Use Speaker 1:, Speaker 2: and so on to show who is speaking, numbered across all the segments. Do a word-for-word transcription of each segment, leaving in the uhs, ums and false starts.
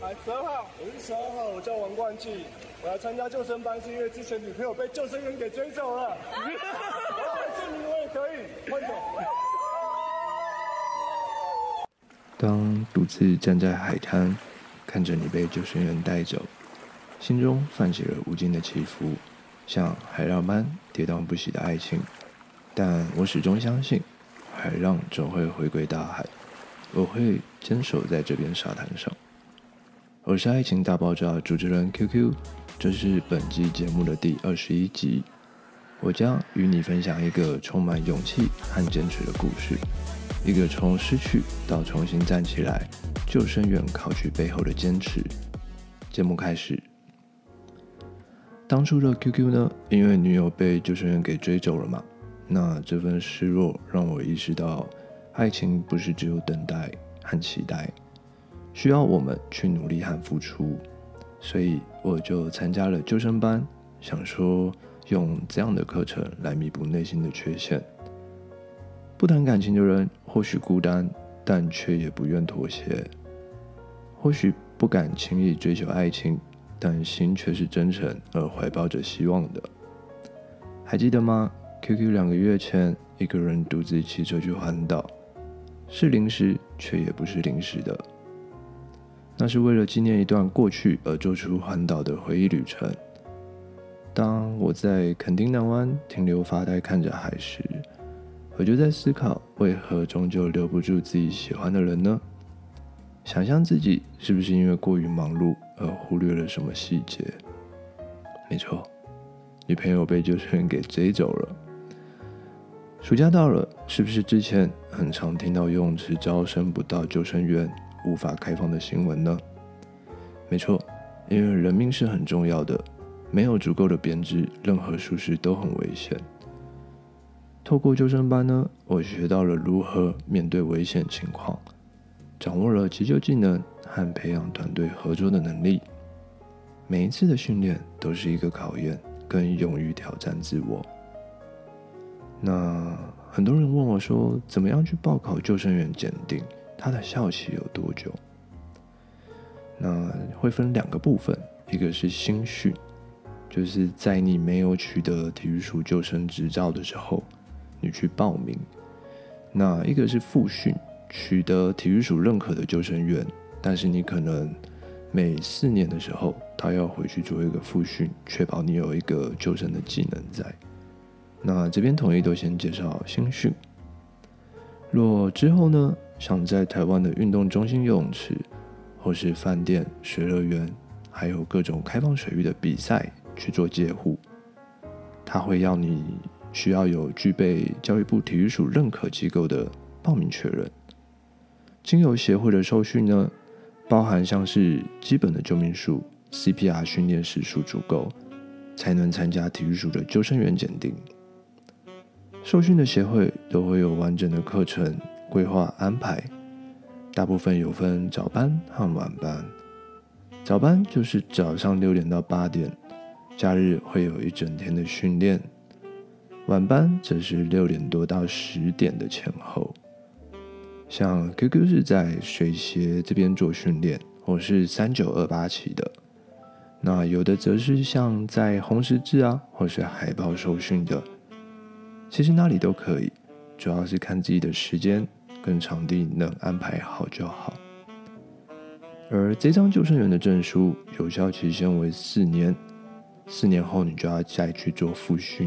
Speaker 1: 哎，十二号，我是十二号，我叫王冠季，我来参加救生班是因为之前女朋友被救生员给追走了。我要来证明我也可以，换手。
Speaker 2: 当独自站在海滩，看着你被救生员带走，心中泛起了无尽的起伏，像海浪般跌宕不息的爱情。但我始终相信，海浪总会回归大海，我会坚守在这边沙滩上。我是爱情大爆炸主持人 Q Q， 这是本期节目的第二十一集。我将与你分享一个充满勇气和坚持的故事，一个从失去到重新站起来，救生员考取背后的坚持。节目开始。当初的 Q Q 呢，因为女友被救生员给追走了嘛，那这份失落让我意识到，爱情不是只有等待和期待，需要我们去努力和付出。所以我就参加了救生班，想说用这样的课程来弥补内心的缺陷。不谈感情的人或许孤单，但却也不愿妥协。或许不敢轻易追求爱情，但心却是真诚而怀抱着希望的。还记得吗？ Q Q 两个月前一个人独自骑车去环岛，是临时却也不是临时的。那是为了纪念一段过去而做出环岛的回忆旅程。当我在垦丁南湾停留发呆看着海时，我就在思考，为何终究留不住自己喜欢的人呢？想象自己是不是因为过于忙碌而忽略了什么细节？没错，女朋友被救生员给追走了。暑假到了，是不是之前很常听到游泳池招生不到救生员，无法开放的新闻呢？没错，因为人命是很重要的，没有足够的编制，任何疏失都很危险。透过救生班呢，我学到了如何面对危险情况，掌握了急救技能和培养团队合作的能力。每一次的训练都是一个考验，更勇于挑战自我。那很多人问我说，怎么样去报考救生员检定？它的效期有多久？那会分两个部分，一个是新训，就是在你没有取得体育署救生执照的时候，你去报名。那一个是复训，取得体育署认可的救生员，但是你可能每四年的时候，他要回去做一个复训，确保你有一个救生的技能在。那这边统一都先介绍新训。若之后呢，想在台湾的运动中心游泳池，或是饭店、水乐园，还有各种开放水域的比赛去做介护，他会要你需要有具备教育部体育署认可机构的报名确认。经由协会的受训呢，包含像是基本的救命术、C P R 训练时数足够，才能参加体育署的救生员检定。受训的协会都会有完整的课程规划安排，大部分有分早班和晚班。早班就是早上六点到八点，假日会有一整天的训练。晚班则是六点多到十点的前后。像 Q Q 是在水协这边做训练，或是三九二八期的。那有的则是像在红十字啊，或是海豹受训的。其实哪里都可以，主要是看自己的时间跟场地能安排好就好。而这张救生员的证书有效期限为四年，四年后你就要再去做复训。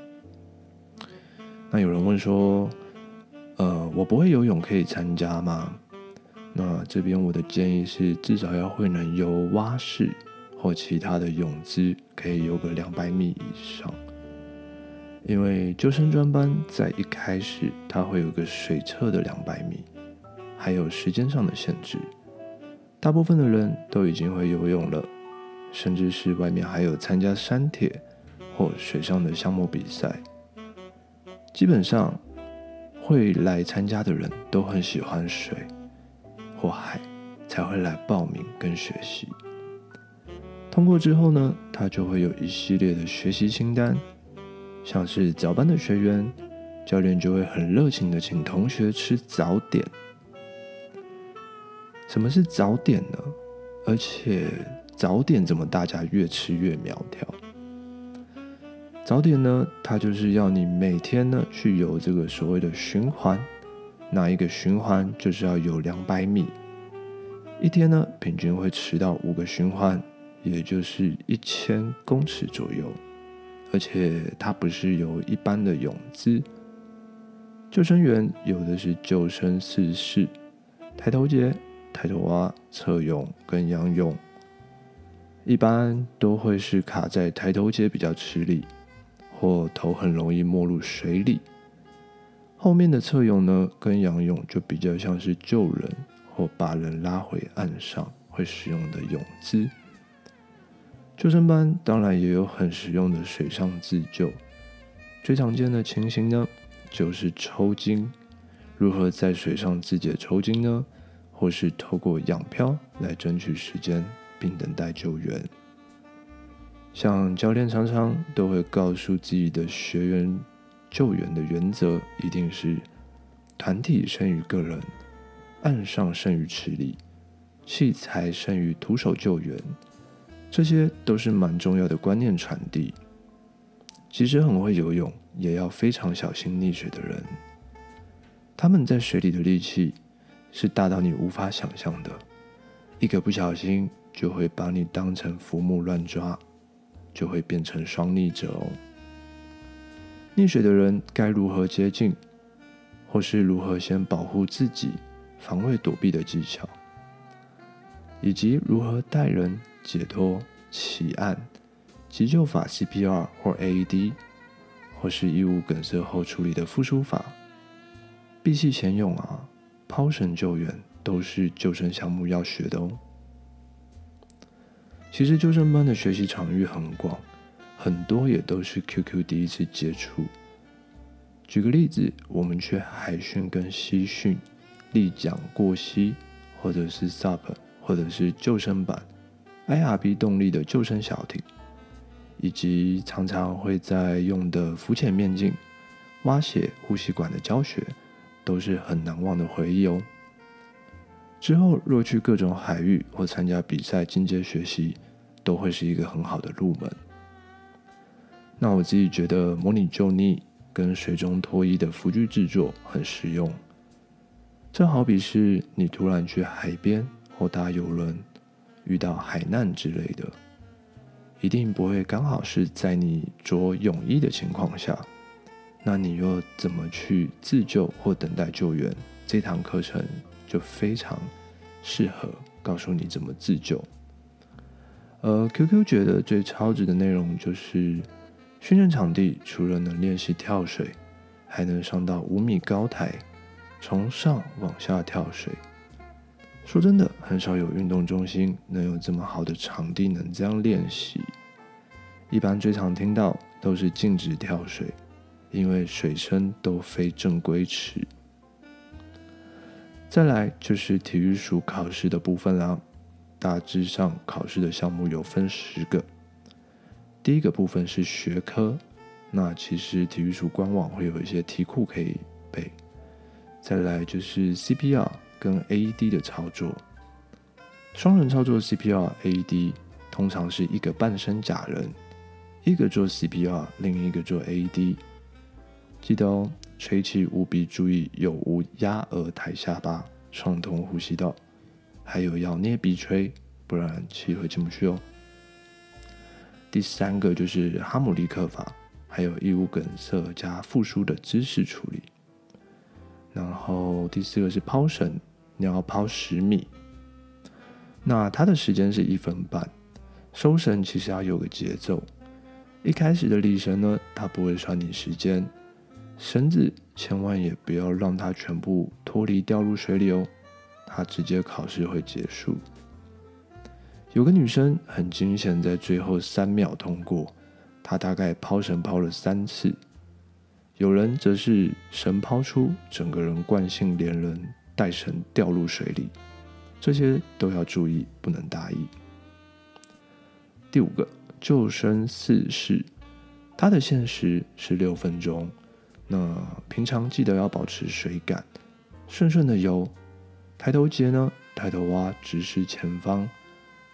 Speaker 2: 那有人问说，呃，我不会游泳可以参加吗？那这边我的建议是，至少要会能游蛙式或其他的泳姿，可以游个两百米以上。因为救生专班在一开始，它会有个水测的两百米，还有时间上的限制。大部分的人都已经会游泳了，甚至是外面还有参加山铁或水上的项目比赛。基本上会来参加的人都很喜欢水或海，才会来报名跟学习。通过之后呢，他就会有一系列的学习清单，像是早班的学员，教练就会很热情的请同学吃早点。什么是早点呢？ 而且早点怎么大家越吃越苗条？早点呢，它就是要你每天呢去有这个所谓的循环，那一个循环就是要有两百米，一天呢平均会吃到五个循环，也就是一千公尺左右。而且它不是有一般的泳姿，救生员有的是救生四式、抬头节、抬头蛙、侧泳跟仰泳，一般都会是卡在抬头节比较吃力，或头很容易没入水里。后面的侧泳呢跟仰泳就比较像是救人或把人拉回岸上会使用的泳姿。救生班当然也有很实用的水上自救，最常见的情形呢就是抽筋。如何在水上自解抽筋呢？或是透过仰漂来争取时间并等待救援。像教练常常都会告诉自己的学员，救援的原则一定是团体胜于个人，岸上胜于池里，器材胜于徒手救援，这些都是蛮重要的观念传递。即使很会游泳，也要非常小心溺水的人，他们在水里的力气是大到你无法想象的，一个不小心就会把你当成浮木乱抓，就会变成双溺者哦。溺水的人该如何接近，或是如何先保护自己、防卫躲避的技巧，以及如何带人解脱、起岸、急救法 C P R 或 A E D， 或是义务梗塞后处理的复苏法、闭气潜泳啊、抛绳救援，都是救生项目要学的哦。其实救生班的学习场域很广，很多也都是 Q Q 第一次接触。举个例子，我们去海训跟西训、立桨过溪，或者是 S U P， 或者是救生板、I R B 动力的救生小艇，以及常常会在用的浮潜面镜、蛙鞋、呼吸管的教学，都是很难忘的回忆哦。之后若去各种海域或参加比赛进阶学习，都会是一个很好的入门。那我自己觉得模拟救溺跟水中脱衣的浮具制作很实用，这好比是你突然去海边或搭邮轮遇到海难之类的，一定不会刚好是在你着泳衣的情况下，那你又怎么去自救或等待救援，这堂课程就非常适合告诉你怎么自救。而 Q Q 觉得最超值的内容就是训练场地除了能练习跳水，还能上到五米高台，从上往下跳水。说真的，很少有运动中心能有这么好的场地能这样练习。一般最常听到都是禁止跳水，因为水深都非正规池。再来就是体育署考试的部分啦，大致上考试的项目有分十个。第一个部分是学科，那其实体育署官网会有一些题库可以背。再来就是 C P R 跟 A E D 的操作，双人操作 C P R、A E D 通常是一个半身假人，一个做 C P R， 另一个做 A E D。记得哦，吹气务必注意有无压额抬下巴，畅通呼吸道，还有要捏鼻吹，不然气会进不去哦。第三个就是哈姆立克法，还有异物梗塞加复苏的姿势处理。然后第四个是抛绳，你要抛十米，那它的时间是一分半。收绳其实要有个节奏，一开始的立绳呢，它不会算你时间，绳子千万也不要让它全部脱离掉入水里哦，它直接考试会结束。有个女生很惊险，在最后三秒通过，她大概抛绳抛了三次。有人则是绳抛出，整个人惯性连人带绳掉入水里，这些都要注意，不能大意。第五个，救生四式，它的限时是六分钟，那平常记得要保持水感，顺顺的游。抬头节呢，抬头蛙直视前方，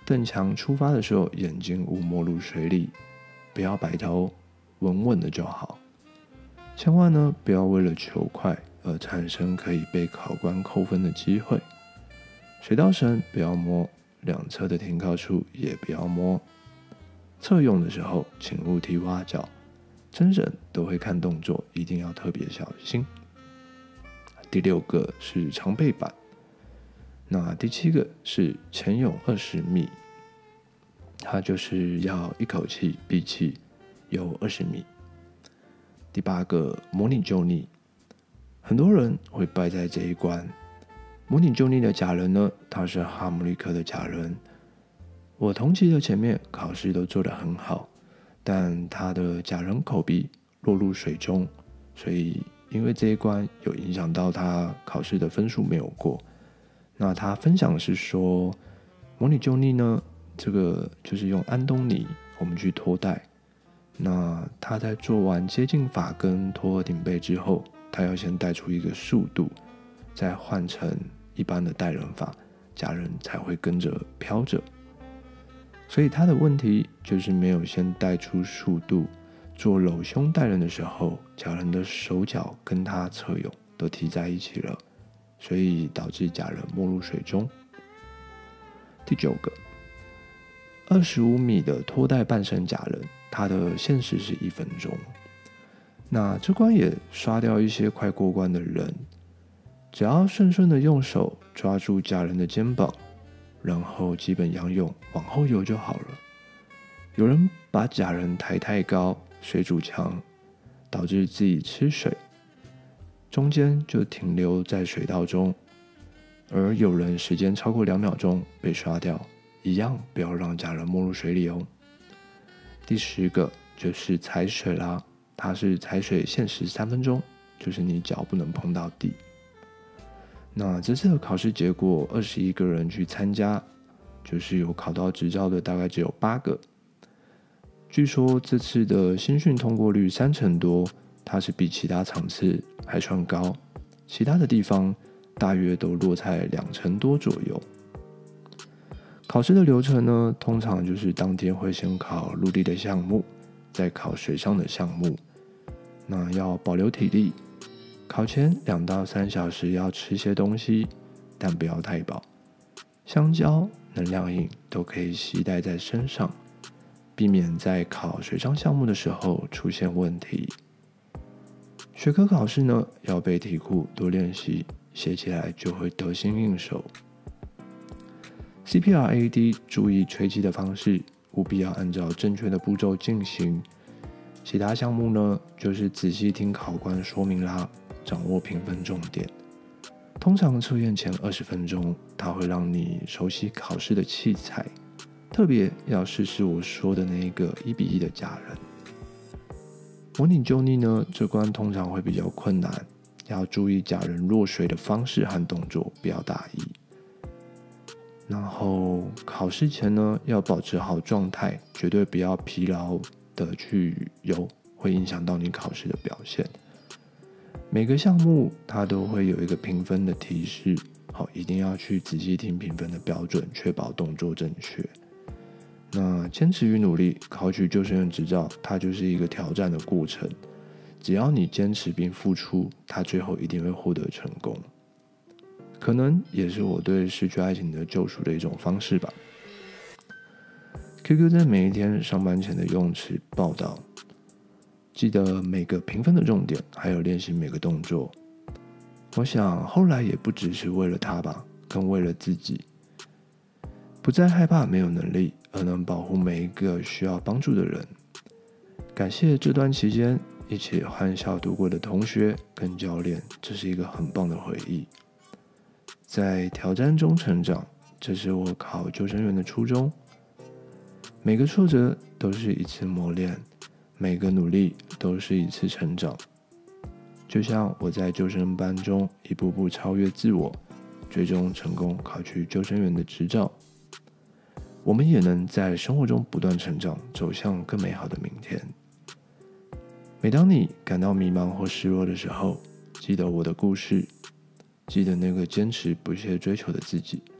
Speaker 2: 邓强出发的时候，眼睛勿没入水里，不要白头，稳稳的就好。千万呢，不要为了求快而产生可以被考官扣分的机会。水道绳不要摸，两侧的停靠处也不要摸。侧泳的时候，请勿踢蛙脚。真人都会看动作，一定要特别小心。第六个是长背板，那第七个是潜泳二十米，它就是要一口气闭气游二十米。第八个模拟就溺，很多人会败在这一关。模拟就溺的假人呢，他是哈姆立克的假人。我同期的前面考试都做得很好，但他的假人口鼻落入水中，所以因为这一关有影响到他考试的分数没有过。那他分享是说，模拟就溺呢，这个就是用安东尼我们去拖带。那他在做完接近法跟托尔顶背之后，他要先带出一个速度，再换成一般的带人法，假人才会跟着飘着。所以他的问题就是没有先带出速度，做搂胸带人的时候，假人的手脚跟他侧泳都提在一起了，所以导致假人没入水中。第九个，二十五米的拖带半身假人，它的限时是一分钟。那这关也刷掉一些快过关的人，只要顺顺的用手抓住假人的肩膀，然后基本仰泳往后游就好了。有人把假人抬太高，水阻强，导致自己吃水，中间就停留在水道中，而有人时间超过两秒钟被刷掉，一样不要让假人没入水里哦。第十个就是踩水啦，它是踩水限时三分钟，就是你脚不能碰到地。那这次的考试结果，二十一个人去参加，就是有考到执照的大概只有八个。据说这次的新训通过率三成多，它是比其他场次还算高，其他的地方大约都落在两成多左右。考试的流程呢，通常就是当天会先考陆地的项目，再考水上的项目。那要保留体力，考前两到三小时要吃些东西，但不要太饱。香蕉、能量饮都可以携带在身上，避免在考水上项目的时候出现问题。学科考试呢，要背题库，多练习，写起来就会得心应手。C P R A D 注意吹气的方式，务必要按照正确的步骤进行。其他项目呢，就是仔细听考官说明啦，掌握评分重点。通常测验前二十分钟，它会让你熟悉考试的器材，特别要试试我说的那一个一比一的假人。模拟就溺呢，这关通常会比较困难，要注意假人落水的方式和动作，不要大意。然后考试前呢，要保持好状态，绝对不要疲劳的去游，会影响到你考试的表现。每个项目它都会有一个评分的提示，好，一定要去仔细听评分的标准，确保动作正确。那坚持与努力，考取救生员执照，它就是一个挑战的过程。只要你坚持并付出，它最后一定会获得成功。可能也是我对失去爱情的救赎的一种方式吧。Q Q 在每一天上班前的用词报道，记得每个评分的重点，还有练习每个动作。我想后来也不只是为了他吧，更为了自己。不再害怕没有能力，而能保护每一个需要帮助的人。感谢这段期间一起欢笑度过的同学跟教练，这是一个很棒的回忆。在挑战中成长，这是我考救生员的初衷。每个挫折都是一次磨练，每个努力都是一次成长。就像我在救生班中一步步超越自我，最终成功考取救生员的执照。我们也能在生活中不断成长，走向更美好的明天。每当你感到迷茫或失落的时候，记得我的故事，记得那个坚持不懈追求的自己，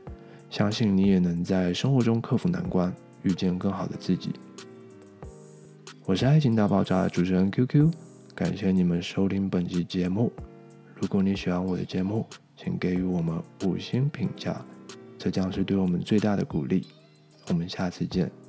Speaker 2: 相信你也能在生活中克服难关，遇见更好的自己。我是爱情大爆炸的主持人 Q Q， 感谢你们收听本期节目。如果你喜欢我的节目，请给予我们五星评价，这将是对我们最大的鼓励。我们下次见。